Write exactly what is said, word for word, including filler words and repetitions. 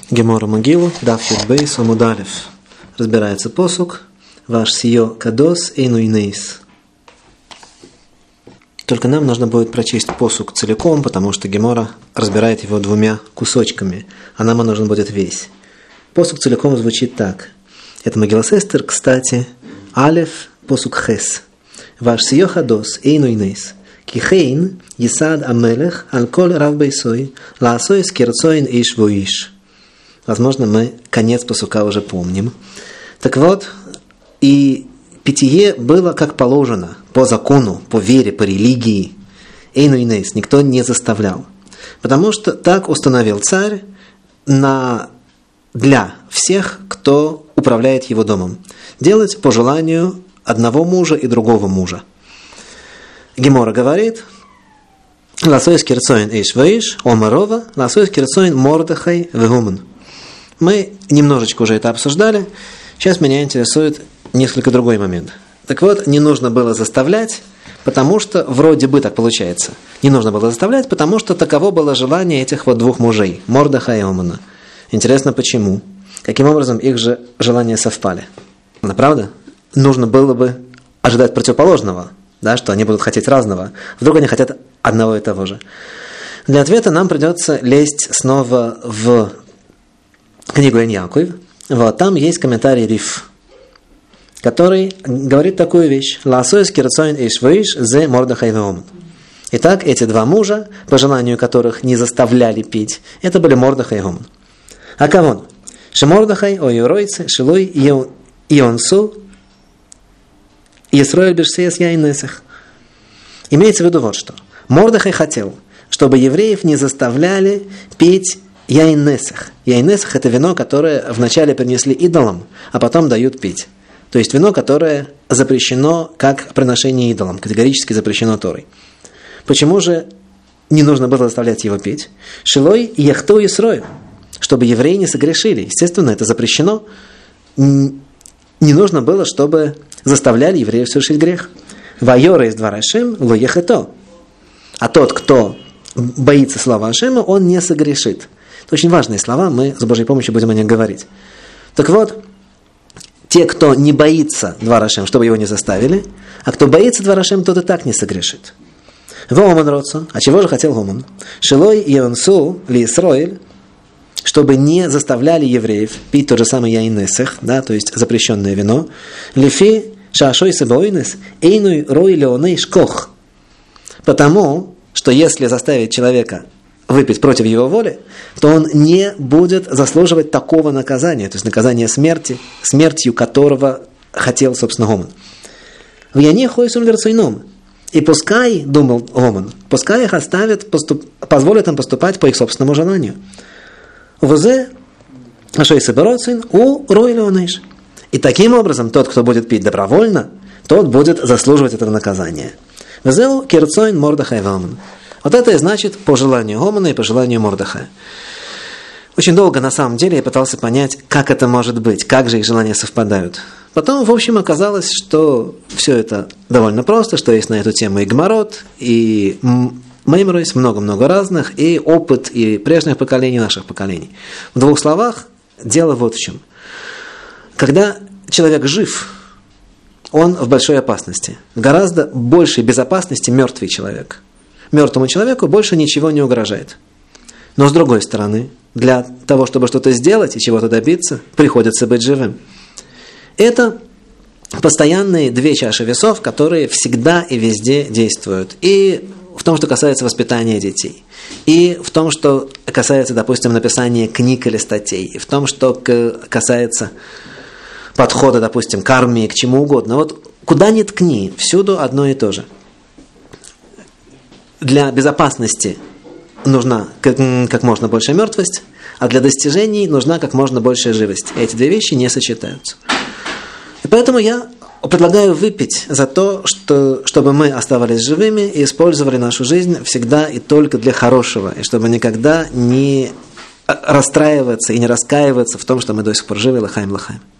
Гемора Могилу, Дав Юд Бейс, Омуд Алеф. Разбирается посук. Ваш сио кадос эйну инейс. Только нам нужно будет прочесть посук целиком, потому что Гемора разбирает его двумя кусочками, а нам он нужен будет весь. Посук целиком звучит так. Это Могилас Эстер, кстати, Алеф, посук Хес. Ваш сио кадос эйну инейс. Кихейн Есад Амелех Аль-Коль Рав Бейсой Лаасой Скирцоин Иш Вуиш. Возможно, мы конец посука уже помним. Так вот, и питье было как положено, по закону, по вере, по религии. Эйну инейс, никто не заставлял. Потому что так установил царь на, для всех, кто управляет его домом. Делать по желанию одного мужа и другого мужа. Гемора говорит: «Ласой скирцоин иш ваиш, омарова, ласой скирцоин мордахай вегуман». Мы немножечко уже это обсуждали. Сейчас меня интересует несколько другой момент. Так вот, не нужно было заставлять, потому что, вроде бы так получается, не нужно было заставлять, потому что таково было желание этих вот двух мужей, Мордеха и Омана. Интересно, почему? Каким образом их же желания совпали? Но правда? Нужно было бы ожидать противоположного, да, что они будут хотеть разного. Вдруг они хотят одного и того же. Для ответа нам придется лезть снова в книгу Эн Яков. Вот, там есть комментарий Риф, который говорит такую вещь. «Лаасойс кирцоин иш ваиш зе Мордехай веоман». Итак, эти два мужа, по желанию которых не заставляли пить, это были Мордехай и Оман. А кого? Шемордехай о юройце шилой ионсу Исроэль бешсеяс яйнесах. Имеется в виду вот что. Мордехай хотел, чтобы евреев не заставляли пить яйнесах. Яйнесах – это вино, которое вначале принесли идолам, а потом дают пить. То есть вино, которое запрещено как приношение идолам, категорически запрещено Торой. Почему же не нужно было заставлять его пить? Шилой яхту Исроэль, чтобы евреи не согрешили. Естественно, это запрещено. Не нужно было, чтобы заставляли евреев совершить грех. Вайора из двора Ашем ло ехето. А тот, кто боится слова Ашема, он не согрешит. Это очень важные слова, мы с Божьей помощью будем о них говорить. Так вот, те, кто не боится двора Ашем, чтобы его не заставили, а кто боится двора Ашем, тот и так не согрешит. Воман родсон. А чего же хотел Оман? Шилой ионсу ли Исроэль, чтобы не заставляли евреев пить тот же самый яйнесех, да, то есть запрещенное вино. Лифи шашой себоинес эйнуй рой леоней шкох. Потому что если заставить человека выпить против его воли, то он не будет заслуживать такого наказания, то есть наказания смерти, смертью которого хотел, собственно, Оман. В яне хойсун верцойном. И пускай, думал Оман, пускай их оставят, поступ, позволят им поступать по их собственному желанию. Вузе ашойсы бороцин у ройлеонейш. И таким образом тот, кто будет пить добровольно, тот будет заслуживать этого наказания. Вузеу кирцойн Мордехай веоман. Вот это и значит по желанию Омана и по желанию Мордехая. Очень долго, на самом деле, я пытался понять, как это может быть, как же их желания совпадают. Потом, в общем, оказалось, что все это довольно просто, что есть на эту тему и гмарот, и меморы, есть много-много разных, и опыт и прежних поколений, и наших поколений. В двух словах, дело вот в чем. Когда человек жив, он в большой опасности. В гораздо большей безопасности мертвый человек. Мертвому человеку больше ничего не угрожает. Но с другой стороны, для того, чтобы что-то сделать и чего-то добиться, приходится быть живым. Это постоянные две чаши весов, которые всегда и везде действуют. И в том, что касается воспитания детей. И в том, что касается, допустим, написания книг или статей. И в том, что касается подхода, допустим, к армии, к чему угодно. Вот куда ни ткни, всюду одно и то же. Для безопасности нужна как, как можно большая мертвость, а для достижений нужна как можно большая живость. И эти две вещи не сочетаются. И поэтому я предлагаю выпить за то, что, чтобы мы оставались живыми и использовали нашу жизнь всегда и только для хорошего, и чтобы никогда не расстраиваться и не раскаиваться в том, что мы до сих пор живы, лахаем, лахаем.